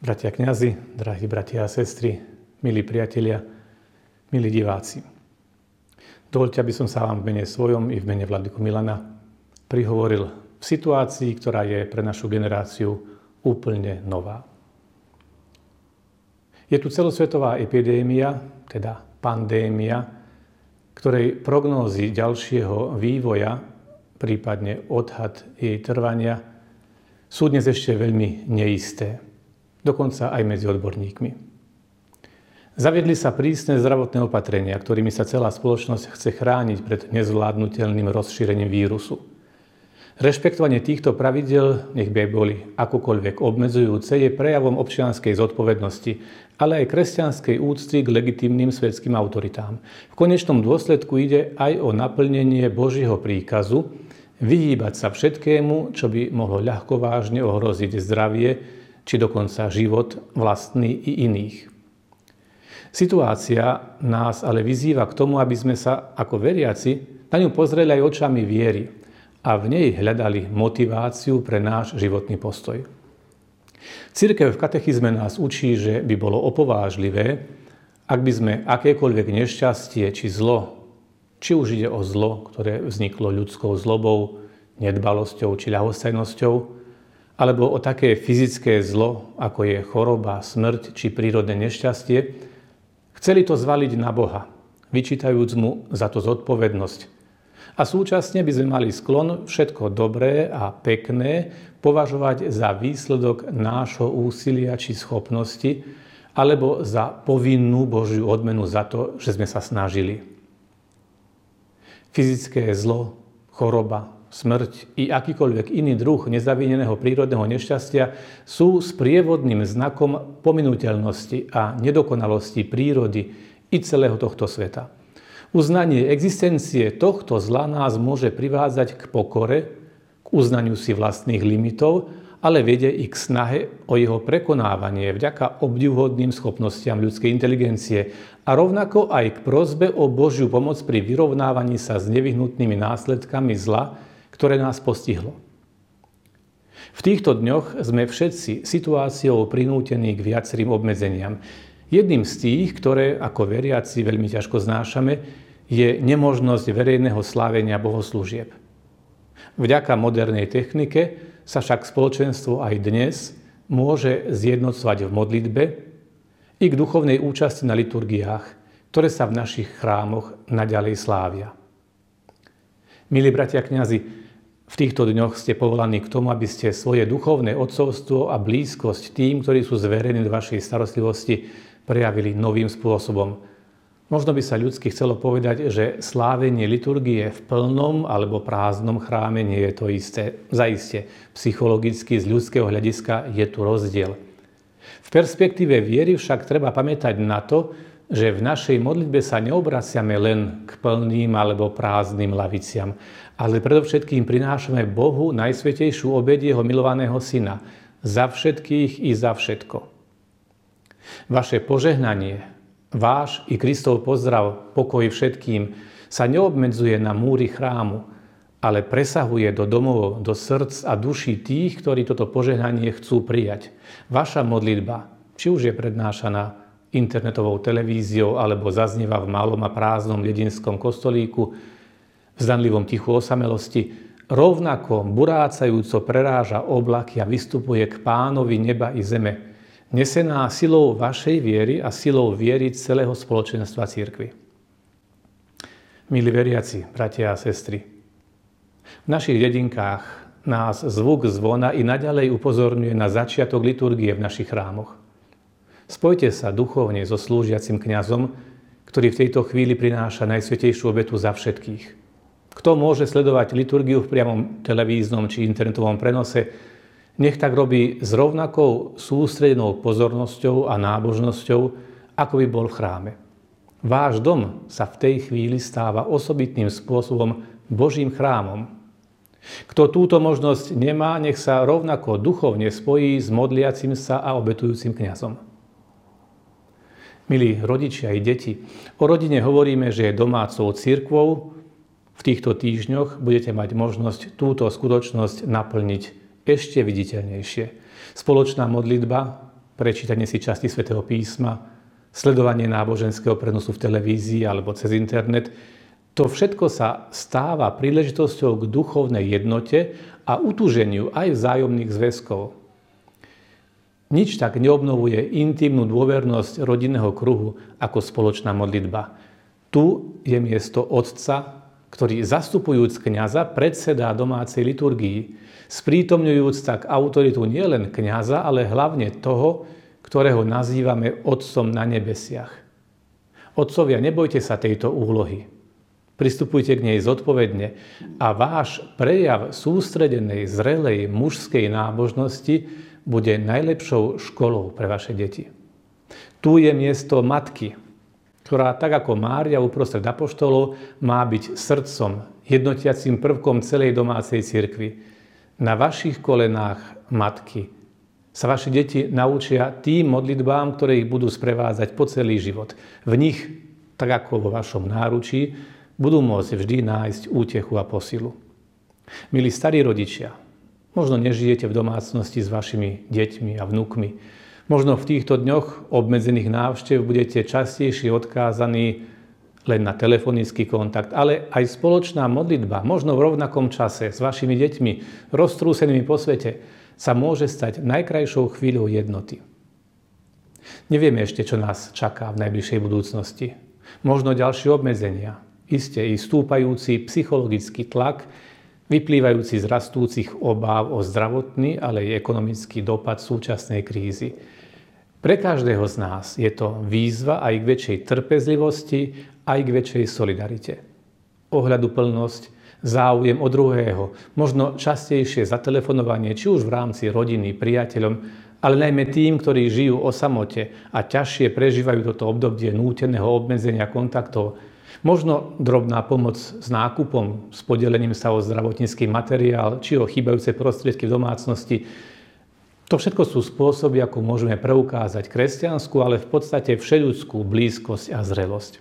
Bratia kňazi, drahí bratia a sestry, milí priatelia, milí diváci. Dovoľte, aby som sa vám v mene svojom i v mene vladyku Milana prihovoril v situácii, ktorá je pre našu generáciu úplne nová. Je tu celosvetová epidémia, teda pandémia, ktorej prognózy ďalšieho vývoja, prípadne odhad jej trvania, sú dnes ešte veľmi neisté. Dokonca aj medzi odborníkmi. Zaviedli sa prísne zdravotné opatrenia, ktorými sa celá spoločnosť chce chrániť pred nezvládnutelným rozšírením vírusu. Rešpektovanie týchto pravidiel, nech by boli akokoľvek obmedzujúce, je prejavom občianskej zodpovednosti, ale aj kresťanskej úcty k legitímnym svetským autoritám. V konečnom dôsledku ide aj o naplnenie Božieho príkazu, vyhýbať sa všetkému, čo by mohlo ľahkovážne ohroziť zdravie, či dokonca život vlastný i iných. Situácia nás ale vyzýva k tomu, aby sme sa ako veriaci na ňu pozreli aj očami viery a v nej hľadali motiváciu pre náš životný postoj. Cirkev v katechizme nás učí, že by bolo opovážlivé, ak by sme akékoľvek nešťastie či zlo, či už ide o zlo, ktoré vzniklo ľudskou zlobou, nedbalosťou či ľahostajnosťou, alebo o také fyzické zlo, ako je choroba, smrť či prírodné nešťastie, chceli to zvaliť na Boha, vyčítajúc mu za to zodpovednosť. A súčasne by sme mali sklon všetko dobré a pekné považovať za výsledok nášho úsilia či schopnosti, alebo za povinnú Božiu odmenu za to, že sme sa snažili. Fyzické zlo, choroba, smrť i akýkoľvek iný druh nezavineného prírodného nešťastia sú sprievodným znakom pominuteľnosti a nedokonalosti prírody i celého tohto sveta. Uznanie existencie tohto zla nás môže privádzať k pokore, k uznaniu si vlastných limitov, ale vedie i k snahe o jeho prekonávanie vďaka obdivuhodným schopnostiam ľudskej inteligencie a rovnako aj k prosbe o Božiu pomoc pri vyrovnávaní sa s nevyhnutnými následkami zla, ktoré nás postihlo. V týchto dňoch sme všetci situáciou prinútení k viacerým obmedzeniam. Jedným z tých, ktoré ako veriaci veľmi ťažko znášame, je nemožnosť verejného slávenia bohoslúžieb. Vďaka modernej technike sa však spoločenstvo aj dnes môže zjednocovať v modlitbe i k duchovnej účasti na liturgiách, ktoré sa v našich chrámoch naďalej slávia. Milí bratia kňazi, v týchto dňoch ste povolaní k tomu, aby ste svoje duchovné otcovstvo a blízkosť tým, ktorí sú zverení do vašej starostlivosti, prejavili novým spôsobom. Možno by sa ľudsky chcelo povedať, že slávenie liturgie v plnom alebo prázdnom chráme nie je to isté. Zaiste, psychologicky z ľudského hľadiska je tu rozdiel. V perspektíve viery však treba pamätať na to, že v našej modlitbe sa neobraciame len k plným alebo prázdnym laviciam, ale predovšetkým prinášame Bohu najsvätejšiu obeť jeho milovaného syna za všetkých i za všetko. Vaše požehnanie, váš i Kristov pozdrav, pokoj všetkým, sa neobmedzuje na múry chrámu, ale presahuje do domov, do srdc a duší tých, ktorí toto požehnanie chcú prijať. Vaša modlitba, či už je prednášaná internetovou televíziou alebo zaznieva v malom a prázdnom dedinskom kostolíku, v zdanlivom tichu osamelosti, rovnako burácajúco preráža oblaky a vystupuje k Pánovi neba i zeme, nesená silou vašej viery a silou viery celého spoločenstva cirkvi. Milí veriaci, bratia a sestry, v našich dedinkách nás zvuk zvona i naďalej upozorňuje na začiatok liturgie v našich chrámoch. Spojte sa duchovne so slúžiacim kňazom, ktorý v tejto chvíli prináša najsvätejšiu obetu za všetkých. Kto môže sledovať liturgiu v priamom televíznom či internetovom prenose, nech tak robí s rovnakou sústredenou pozornosťou a nábožnosťou, ako by bol v chráme. Váš dom sa v tej chvíli stáva osobitným spôsobom Božím chrámom. Kto túto možnosť nemá, nech sa rovnako duchovne spojí s modliacim sa a obetujúcim kňazom. Milí rodičia i deti, o rodine hovoríme, že je domácou cirkvou. V týchto týždňoch budete mať možnosť túto skutočnosť naplniť ešte viditeľnejšie. Spoločná modlitba, prečítanie si časti Svätého písma, sledovanie náboženského prenosu v televízii alebo cez internet, to všetko sa stáva príležitosťou k duchovnej jednote a utúženiu aj vzájomných zväzkov. Nič tak neobnovuje intimnú dôvernosť rodinného kruhu ako spoločná modlitba. Tu je miesto otca, ktorý zastupujúc kňaza predsedá domácej liturgii, sprítomňujúc tak autoritu nielen kňaza, ale hlavne toho, ktorého nazývame Otcom na nebesiach. Otcovia, nebojte sa tejto úlohy. Pristupujte k nej zodpovedne a váš prejav sústredenej, zrelej mužskej nábožnosti bude najlepšou školou pre vaše deti. Tu je miesto matky, ktorá tak ako Mária uprostred apoštolov má byť srdcom, jednotiacím prvkom celej domácej cirkvi. Na vašich kolenách, matky, sa vaše deti naučia tým modlitbám, ktoré ich budú sprevádzať po celý život. V nich, tak ako vo vašom náručí, budú môcť vždy nájsť útechu a posilu. Milí starí rodičia, možno nežijete v domácnosti s vašimi deťmi a vnukmi. Možno v týchto dňoch obmedzených návštev budete častejšie odkázaní len na telefonický kontakt, ale aj spoločná modlitba, možno v rovnakom čase s vašimi deťmi, roztrúsenými po svete, sa môže stať najkrajšou chvíľou jednoty. Nevieme ešte, čo nás čaká v najbližšej budúcnosti. Možno ďalšie obmedzenia, iste i stúpajúci psychologický tlak, vyplývajúci z rastúcich obáv o zdravotný, ale aj ekonomický dopad súčasnej krízy. Pre každého z nás je to výzva aj k väčšej trpezlivosti, aj k väčšej solidarite. Ohľaduplnosť, záujem o druhého, možno častejšie zatelefonovanie, či už v rámci rodiny, priateľom, ale najmä tým, ktorí žijú o samote a ťažšie prežívajú toto obdobie núteného obmedzenia kontaktov. Možno drobná pomoc s nákupom, s podelením sa o zdravotnícky materiál, či o chýbajúce prostriedky v domácnosti. To všetko sú spôsoby, ako môžeme preukázať kresťanskú, ale v podstate všeľudskú blízkosť a zrelosť.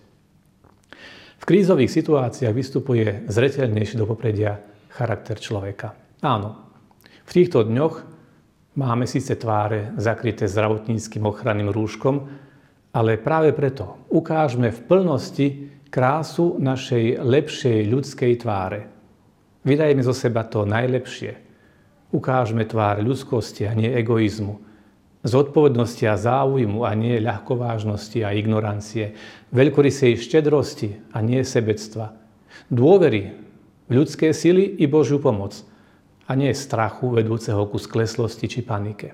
V krízových situáciách vystupuje zreteľnejšie do popredia charakter človeka. Áno, v týchto dňoch máme síce tváre zakryté zdravotníckym ochranným rúškom, ale práve preto ukážme v plnosti krásu našej lepšej ľudskej tváre. Vydajme zo seba to najlepšie. Ukážme tvár ľudskosti a nie egoizmu, zodpovednosti a záujmu a nie ľahkovážnosti a ignorancie, veľkorysej štedrosti a nie sebectva, dôvery v ľudské sily i Božiu pomoc a nie strachu vedúceho ku skleslosti či panike.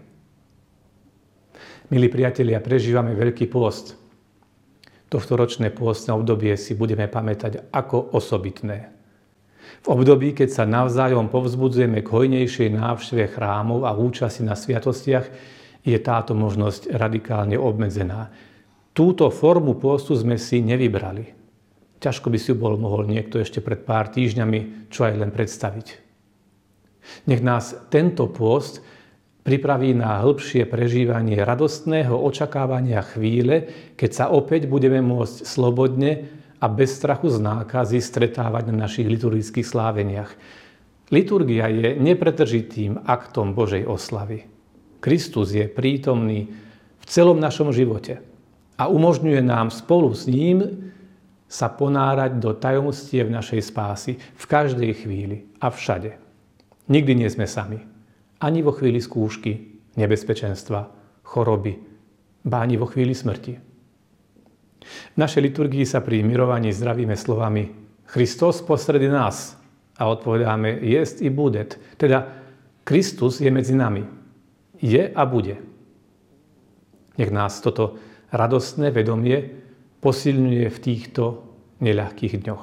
Milí priatelia, prežívame Veľký pôst. Tohtoročné pôstne obdobie si budeme pamätať ako osobitné. V období, keď sa navzájom povzbudzujeme k hojnejšej návšteve chrámov a účasti na sviatostiach, je táto možnosť radikálne obmedzená. Túto formu pôstu sme si nevybrali. Ťažko by si ju mohol niekto ešte pred pár týždňami čo aj len predstaviť. Nech nás tento pôst pripraví na hĺbšie prežívanie radostného očakávania chvíle, keď sa opäť budeme môcť slobodne a bez strachu z nákazy stretávať na našich liturgických sláveniach. Liturgia je nepretržitým aktom Božej oslavy. Kristus je prítomný v celom našom živote a umožňuje nám spolu s ním sa ponárať do tajomstiev našej spásy v každej chvíli a všade. Nikdy nie sme sami. Ani vo chvíli skúšky, nebezpečenstva, choroby, ba ani vo chvíli smrti. V našej liturgii sa pri mirovaní zdravíme slovami Christos postredy nás a odpovedáme jest i budet. Teda Kristus je medzi nami. Je a bude. Nech nás toto radostné vedomie posilňuje v týchto neľahkých dňoch.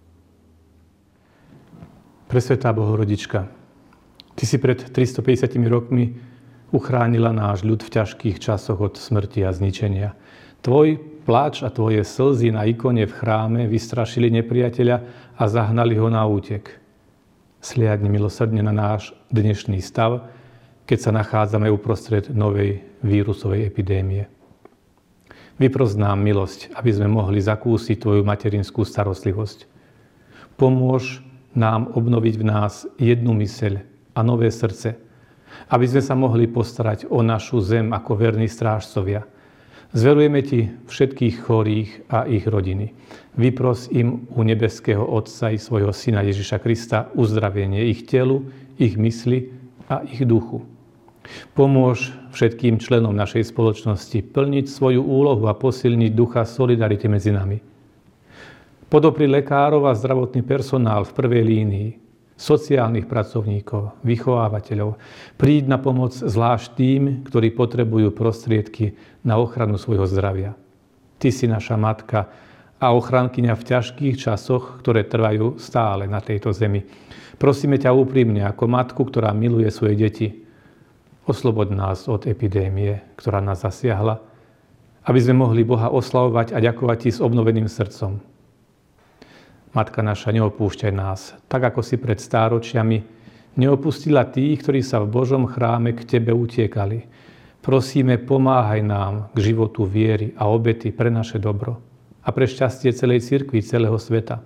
Presvätá Bohorodička, Ty si pred 350 rokmi uchránila náš ľud v ťažkých časoch od smrti a zničenia. Tvoj pláč a tvoje slzy na ikone v chráme vystrašili nepriateľa a zahnali ho na útek. Sliadni milosrdne na náš dnešný stav, keď sa nachádzame uprostred novej vírusovej epidémie. Vypros nám milosť, aby sme mohli zakúsiť tvoju materinskú starostlivosť. Pomôž nám obnoviť v nás jednu myseľ a nové srdce, aby sme sa mohli postarať o našu zem ako verní strážcovia. Zverujeme Ti všetkých chorých a ich rodiny. Vypros im u nebeského Otca i svojho Syna Ježiša Krista uzdravenie ich telu, ich mysli a ich duchu. Pomôž všetkým členom našej spoločnosti plniť svoju úlohu a posilniť ducha solidarity medzi nami. Podopri lekárov a zdravotný personál v prvej línii, sociálnych pracovníkov, vychovávateľov. Príď na pomoc zvlášť tým, ktorí potrebujú prostriedky na ochranu svojho zdravia. Ty si naša matka a ochránkyňa v ťažkých časoch, ktoré trvajú stále na tejto zemi. Prosíme ťa úprimne ako matku, ktorá miluje svoje deti. Osloboď nás od epidémie, ktorá nás zasiahla, aby sme mohli Boha oslavovať a ďakovať Ti s obnoveným srdcom. Matka naša, neopúšťaj nás, tak ako si pred stáročiami neopustila tých, ktorí sa v Božom chráme k Tebe utiekali. Prosíme, pomáhaj nám k životu viery a obety pre naše dobro a pre šťastie celej cirkvi, celého sveta.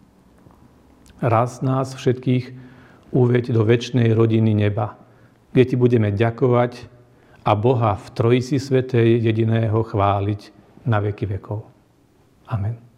Raz nás všetkých uveď do večnej rodiny neba, kde Ti budeme ďakovať a Boha v Trojici Svätej jediného chváliť na veky vekov. Amen.